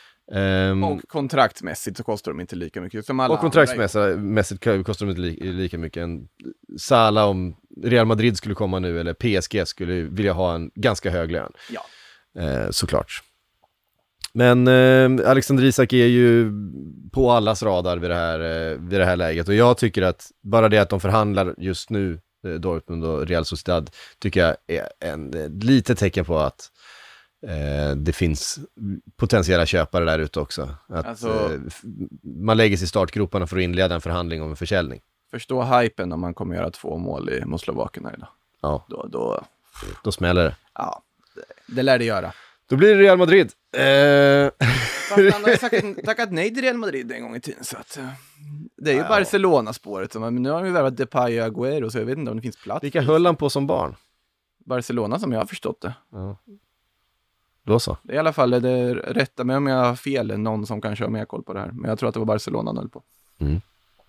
Um, och kontraktmässigt så kostar de inte lika mycket som alla och kontraktsmässigt kostar de inte li, lika mycket. En Salah, om Real Madrid skulle komma nu, eller P S G skulle vilja ha en ganska hög lön. Ja. Uh, såklart. Men uh, Alexander Isak är ju på allas radar vid det, här, uh, vid det här läget. Och jag tycker att bara det att de förhandlar just nu, Dortmund och Real Sociedad, tycker jag är en, ett litet tecken på att eh, det finns potentiella köpare där ute också. Att alltså, eh, man lägger sig i startgroparna för att inleda en förhandling om en försäljning. Förstå hypen när man kommer göra två mål i mot Slovakerna idag. Ja. Då, då... då smäller det. Ja, det, det lär det göra. Då blir det Real Madrid. Eh... Fast han har ju sagt, tackat nej till Real Madrid en gång i tiden, så att... Det är ju ja. Barcelona-spåret, men nu har de ju värvat Depay och Agüero, så jag vet inte om det finns plats. Vilka höll han på som barn? Barcelona, som jag har förstått det. Ja. Då så. Det är i alla fall det rätta med om jag har fel, någon som kanske har mer koll på det här. Men jag tror att det var Barcelona han höll på. Mm.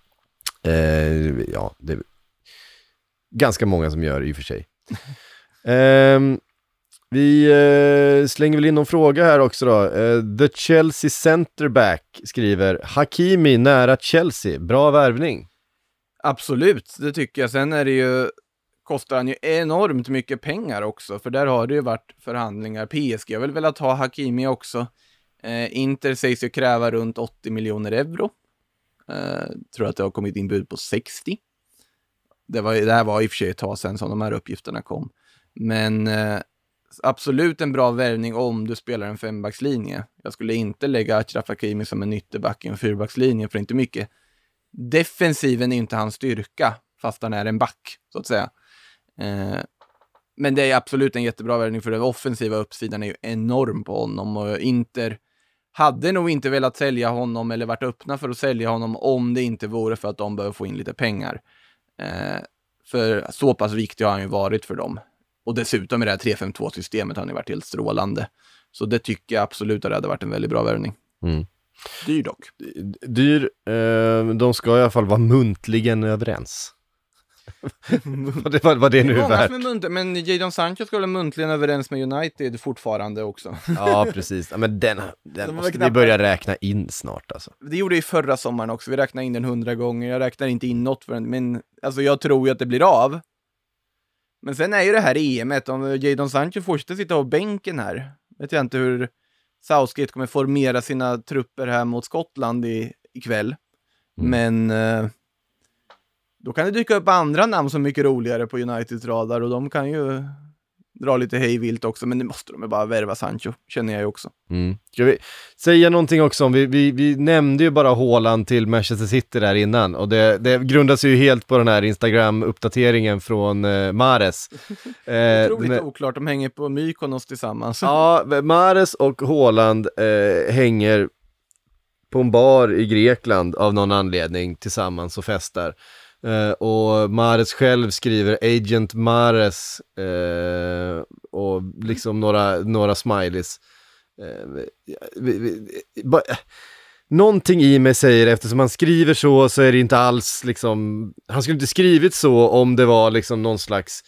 Eh, ja, det är ganska många som gör det i och för sig. eh, Vi eh, slänger väl in någon fråga här också då. Eh, The Chelsea Centerback skriver: Hakimi nära Chelsea, bra värvning. Absolut, det tycker jag. Sen är det ju kostar han ju enormt mycket pengar också. För där har det ju varit förhandlingar. P S G har väl velat ha Hakimi också. Eh, Inter sägs ju kräva runt åttio miljoner euro. Eh, tror att det har kommit in bud på sextio. Det, var, det här var i och för sig ett tag sedan som de här uppgifterna kom. Men eh, absolut en bra värvning om du spelar en fembackslinje. Jag skulle inte lägga Achraf Hakimi som en ytterback i en fyrbackslinje, för inte mycket. Defensiven är inte hans styrka, fast han är en back, så att säga. Eh, men det är absolut en jättebra värvning, för den offensiva uppsidan är ju enorm på honom. Och Inter hade nog inte velat sälja honom eller varit öppna för att sälja honom om det inte vore för att de behöver få in lite pengar. Eh, för så pass viktig har han ju varit för dem. Och dessutom i det här tre fem två-systemet har han ju varit helt strålande. Så det tycker jag absolut att det hade varit en väldigt bra värvning. Mm. Dyr dock. Dyr, eh, de ska i alla fall vara muntligen överens. vad, det, vad, vad det nu är värt. Munt- men Jadon Sancho ska vara muntligen överens med United fortfarande också. Ja, precis. Ja, men den, den måste vi börja räkna in snart alltså. Det gjorde vi förra sommaren också. Vi räknade in den hundra gånger. Jag räknar inte in något för den. Men alltså, jag tror ju att det blir av. Men sen är ju det här E M-et. Om Jadon Sancho fortsätter sitta på bänken här. Vet jag inte hur Southgate kommer formera sina trupper här mot Skottland i, ikväll. Mm. Men eh, då kan det dyka upp andra namn som är mycket roligare på Uniteds radar. Och de kan ju dra lite hejvilt också. Men det måste de ju bara värva Sancho, känner jag ju också. Mm. Ska vi säga någonting också om, vi, vi, vi nämnde ju bara Haaland till Manchester City där innan. Och det, det grundas ju helt på den här Instagram-uppdateringen från eh, Mahrez. eh, Otroligt med, oklart, de hänger på Mykonos tillsammans. Ja, Mahrez och Haaland eh, hänger på en bar i Grekland av någon anledning tillsammans och festar. Uh, och Mahrez själv skriver Agent Mahrez uh, och liksom några, några smileys. Uh, vi, vi, ba, någonting i mig säger, eftersom han skriver så så är det inte alls liksom, han skulle inte skrivit så om det var liksom någon slags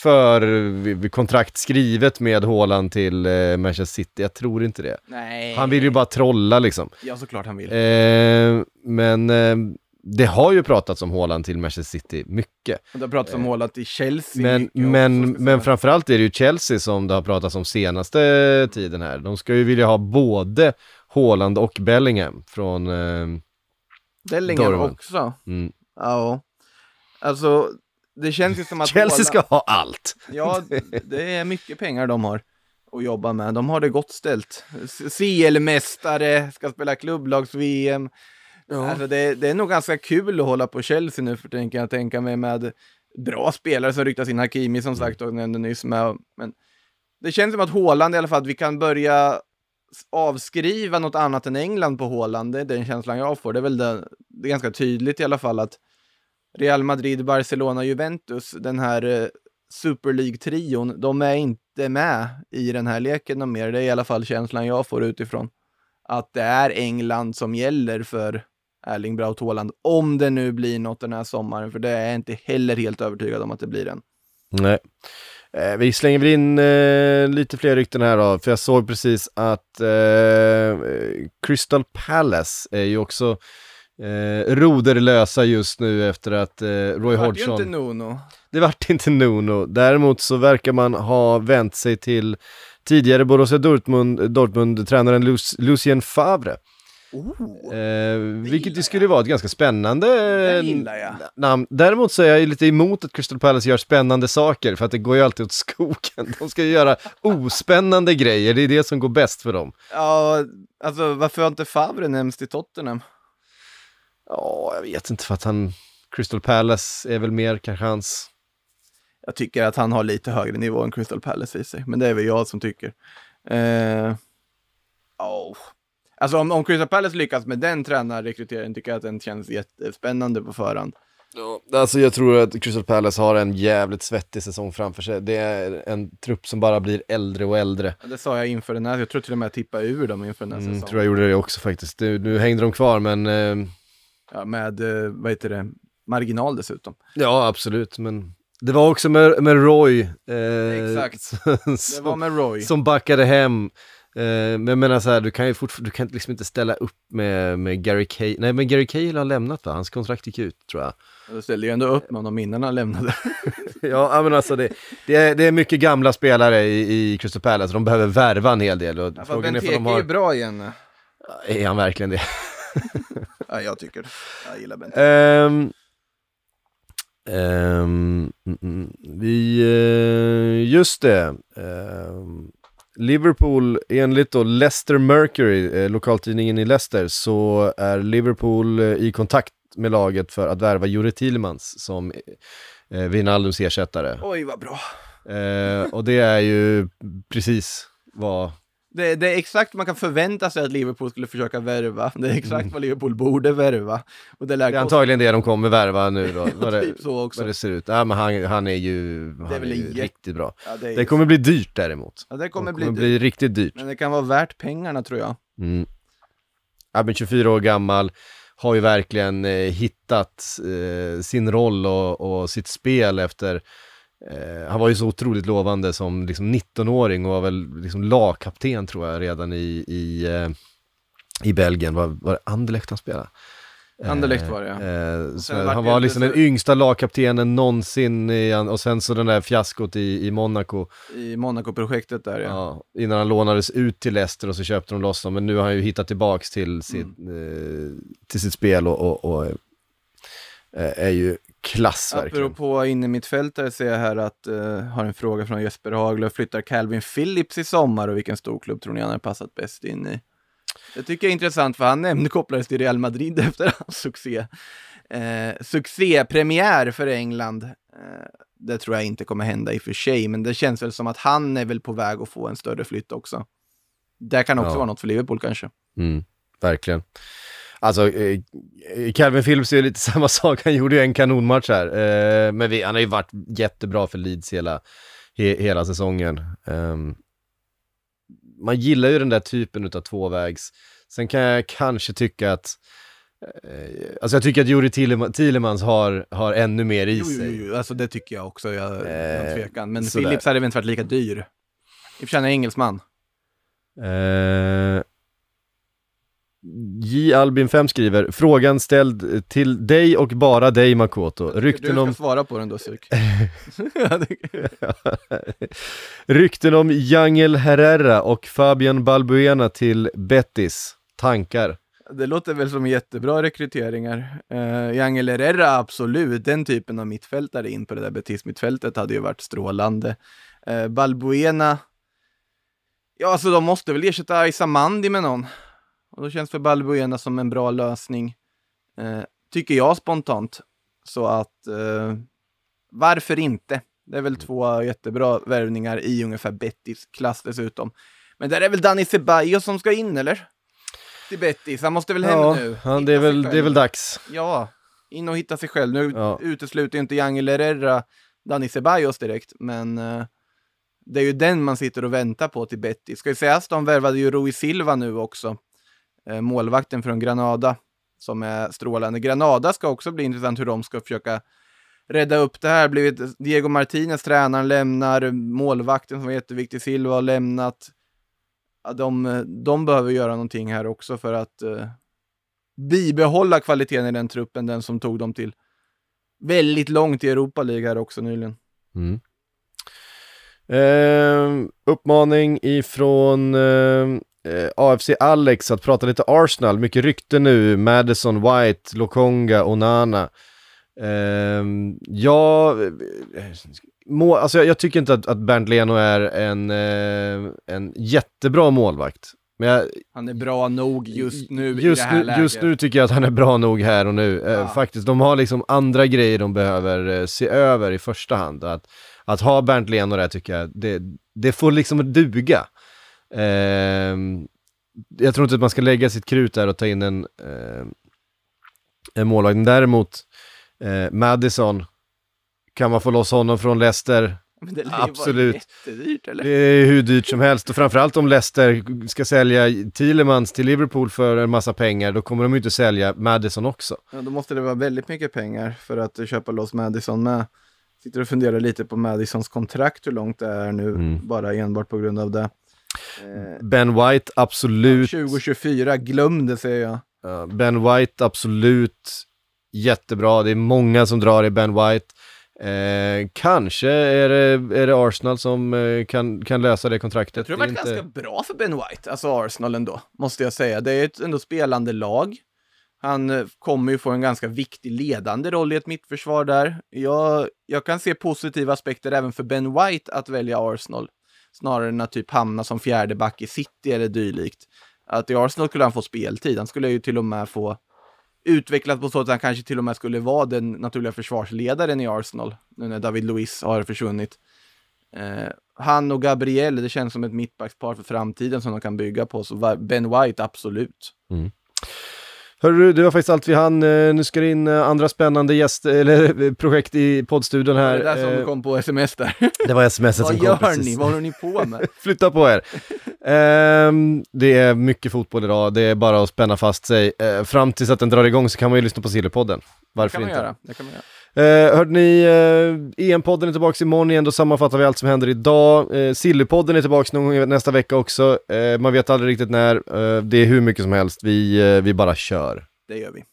för kontrakt skrivet med Haaland till uh, Manchester City. Jag tror inte det. Nej. Han vill ju bara trolla liksom. Ja, såklart han vill. Uh, men uh, det har ju pratats om Haaland till Manchester City mycket. Det har pratats om Haaland till Chelsea. Men, men, men framförallt är det ju Chelsea som det har pratats om senaste tiden här. De ska ju vilja ha både Haaland och Bellingham från eh, Bellingham Dortmund. också. Mm. Ja. Alltså, det känns ju som att Chelsea Haaland... ska ha allt. Ja, det är mycket pengar de har att jobba med. De har det gott ställt. C L-mästare, ska spela klubblags-V M. Ja. Alltså det, det är nog ganska kul att hålla på Chelsea nu, för tänker jag tänka mig, med bra spelare som ryktas in. Hakimi som sagt och nämnde nyss med. Men det känns som att Haaland i alla fall, att vi kan börja avskriva något annat än England på Haaland. Det är den känslan jag får. Det är väl det, det är ganska tydligt i alla fall att Real Madrid, Barcelona, Juventus, den här eh, Super League-trion, de är inte med i den här leken och mer. Det är i alla fall känslan jag får utifrån. Att det är England som gäller för Erling Braut Haaland, om det nu blir något den här sommaren, för det är jag inte heller helt övertygad om att det blir den. Nej. Eh, vi slänger väl in eh, lite fler rykten här då, för jag såg precis att eh, Crystal Palace är ju också eh, roderlösa just nu efter att eh, Roy Hodgson... Det vart ju inte Nuno. Det vart inte Nuno. Däremot så verkar man ha vänt sig till tidigare Borussia Dortmund, Dortmund-tränaren Lu- Lucien Favre. Oh, eh, vilket det skulle vara ett ganska spännande jag. namn. Däremot så är jag lite emot att Crystal Palace gör spännande saker, för att det går ju alltid åt skogen. De ska ju göra ospännande grejer, det är det som går bäst för dem. Ja, alltså varför har inte Favre nämnts i Tottenham? Ja, jag vet inte, för att han Crystal Palace är väl mer kanske hans... Jag tycker att han har lite högre nivå än Crystal Palace i sig, men det är väl jag som tycker. Eh... Oh. Alltså om, om Crystal Palace lyckas med den tränarrekryteringen, tycker jag att den känns jättespännande på förhand. Ja, alltså jag tror att Crystal Palace har en jävligt svettig säsong framför sig. Det är en trupp som bara blir äldre och äldre. Ja, det sa jag inför den här, jag tror till och med att tippa ur dem inför den här mm, säsongen. Tror jag gjorde det också faktiskt. Nu, nu hängde de kvar, men... Eh... Ja, med, eh, vad heter det, marginal dessutom. Ja, absolut, men... Det var också med, med Roy. Eh, Exakt, som, det var med Roy. Som backade hem Eh, men jag menar så här, du kan ju fortfarande, du kan liksom inte ställa upp med, med Gary Cahill. Nej, men Gary Cahill har lämnat, va? Hans kontrakt gick ut, tror jag. Du ställde ju ändå upp med honom innan han lämnade. Ja, men alltså det, det, är, det är mycket gamla spelare i, i Crystal Palace. De behöver värva en hel del. Och Ja, frågan är Benteke om de har... är ju bra igen. Är han verkligen det? Ja, jag tycker det. Jag gillar Benteke. Um, um, mm, mm, vi, uh, just det. Um, Liverpool, enligt då Leicester Mercury, eh, lokaltidningen i Leicester, så är Liverpool eh, i kontakt med laget för att värva Jure Tielemans som eh, Wijnaldums ersättare. Oj, vad bra. Eh, och det är ju precis vad... Det, det är exakt man kan förvänta sig att Liverpool skulle försöka värva. Det är exakt Mm. vad Liverpool borde värva. Och det, lär Det är kosta- antagligen det de kommer värva nu då. Vad det, typ så också. vad det ser ut. Ja, men han, han är ju, han är är väl ju jätte- riktigt bra. Ja, det, är, Det kommer bli dyrt däremot. ja, det kommer, Det bli, kommer bli riktigt dyrt. Men det kan vara värt pengarna, tror jag. Mm. Ja, men tjugofyra år gammal, har ju verkligen eh, hittat eh, sin roll och, och sitt spel efter, eh, han var ju så otroligt lovande som liksom nittonåring och var väl liksom lagkapten, tror jag, redan i, i, eh, i Belgien. Var, var det Anderlecht han spelade? Anderlecht var det, ja. Eh, så sen vart han det var lite liksom så- den yngsta lagkaptenen någonsin i, och sen så den där fiaskot i, i Monaco. I Monaco-projektet där, ja. Ja, innan han lånades ut till Leicester och så köpte de loss honom. Men nu har han ju hittat tillbaks till sitt, Mm. eh, till sitt spel och, och, och eh, är ju klass verkligen. Apropå inne mittfältare ser jag här att uh, har en fråga från Jesper Haglöf. Flyttar Calvin Phillips i sommar och vilken storklubb tror ni han har passat bäst in i? Det tycker jag är intressant, för han nämnde kopplades till Real Madrid efter hans succé. Eh, succépremiär för England. Eh, det tror jag inte kommer hända i och för sig, men det känns väl som att han är väl på väg att få en större flytt också. Det kan också Ja. vara något för Liverpool kanske. Mm, verkligen. Alltså, eh, Calvin Phillips är ju lite samma sak. Han gjorde ju en kanonmatch här. Eh, men vi, han har ju varit jättebra för Leeds hela, he, hela säsongen. Um, man gillar ju den där typen av tvåvägs. Sen kan jag kanske tycka att eh, alltså jag tycker att Juri Tielemans, Tielemans har, har ännu mer i Jo, jo, sig. jo, alltså det tycker jag också, jag, Eh, utan tvekan. Men sådär. Phillips hade väl inte varit lika dyr. I och för sig han är engelsman. Eh, J. Albin fem skriver, frågan ställd till dig och bara dig, Makoto. Du Rykten ska om, svara på den då, Suk. Ja, det- rykten om Yangel Herrera och Fabian Balbuena till Betis. Tankar? Det låter väl som jättebra rekryteringar. Uh, Yangel Herrera, absolut. Den typen av mittfältare in på det där Betis-mittfältet hade ju varit strålande. Uh, Balbuena, ja, alltså de måste väl ersätta Isamandi med någon. Och då känns för Balbuena som en bra lösning. Uh, tycker jag spontant. Så att, uh, varför inte? Det är väl två jättebra värvningar i ungefär Betis-klass dessutom. Men där är väl Dani Ceballos som ska in, eller? Till Betis, han måste väl hem Ja, nu. han, det, är Hitta sig väl, det är själv. väl dags. Ja, in och hitta sig själv. Nu Ja. utesluter ju inte Yangel Herrera Dani Ceballos direkt, men uh, det är ju den man sitter och väntar på till Betis. Ska vi säga att de värvade ju Rui Silva nu också. Uh, målvakten från Granada, som är strålande. Granada ska också bli intressant hur de ska försöka rädda upp det här. Blivit Diego Martinez, tränaren, lämnar. Målvakten som var jätteviktig, Silva, har lämnat. Ja, de, de behöver göra någonting här också för att uh, bibehålla kvaliteten i den truppen, den som tog dem till väldigt långt i Europa League här också nyligen. Mm. Eh, uppmaning ifrån eh, A F C Alex att prata lite Arsenal. Mycket rykte nu. Madison, White, Lokonga, Onana. Eh, ja, må, alltså jag, jag tycker inte att, att Bernd Leno är en, eh, en jättebra målvakt. Men jag, Han är bra nog just nu just i det här nu, läget. just nu tycker jag att han är bra nog här och nu. Ja. Eh, faktiskt, de har liksom andra grejer de behöver eh, se över i första hand. Att, att ha Bernd Leno där tycker jag, det, det får liksom duga. Eh, jag tror inte att man ska lägga sitt krut där och ta in en, eh, en målvakt. Däremot, eh, Madison, kan man få loss honom från Leicester? Men det lär ju Absolut. vara jättedyrt, eller? Det är hur dyrt som helst, och framförallt om Leicester ska sälja Tielemans till Liverpool för en massa pengar, då kommer de ju inte sälja Madison också. Ja, då måste det vara väldigt mycket pengar för att köpa loss Madison med. Sitter och funderar lite på Madisons kontrakt, hur långt det är nu, Mm. bara enbart på grund av det. Ben White, absolut. tjugo tjugofyra, glöm det säger jag. Uh, Ben White, absolut. Jättebra, det är många som drar i Ben White. Eh, kanske är det, är det Arsenal som eh, kan, kan lösa det kontraktet. Jag tror det har varit inte... ganska bra för Ben White, alltså Arsenal ändå, måste jag säga. Det är ett ändå spelande lag. Han eh, kommer ju få en ganska viktig ledande roll i ett mittförsvar där. Jag, jag kan se positiva aspekter även för Ben White att välja Arsenal. Snarare än att typ hamna som fjärde back i City eller dylikt. Att i Arsenal skulle han få speltid. Han skulle ju till och med få utvecklat på så att han kanske till och med skulle vara den naturliga försvarsledaren i Arsenal. Nu när David Luiz har försvunnit. Eh, han och Gabriel, det känns som ett mittbackspar för framtiden som de kan bygga på. Så Ben White, absolut. Mm. Hörru, det var faktiskt allt vi hann. Nu ska det in andra spännande gäst, eller projekt i poddstudion här. Det där som kom på sms där. Det var sms som kom kom. Vad gör ni? Vad håller ni på med? Flytta på er. um, det är mycket fotboll idag. Det är bara att spänna fast sig. Uh, fram tills att den drar igång så kan man ju lyssna på Sillypodden. Varför det kan man inte? Göra. Det kan man göra. Uh, hörde ni, uh, E M-podden är tillbaka imorgon igen, då sammanfattar vi allt som händer idag. Uh, Sillypodden är tillbaka någon gång nästa vecka också. Uh, man vet aldrig riktigt när. Uh, det är hur mycket som helst. Vi, uh, vi bara kör. Det gör vi.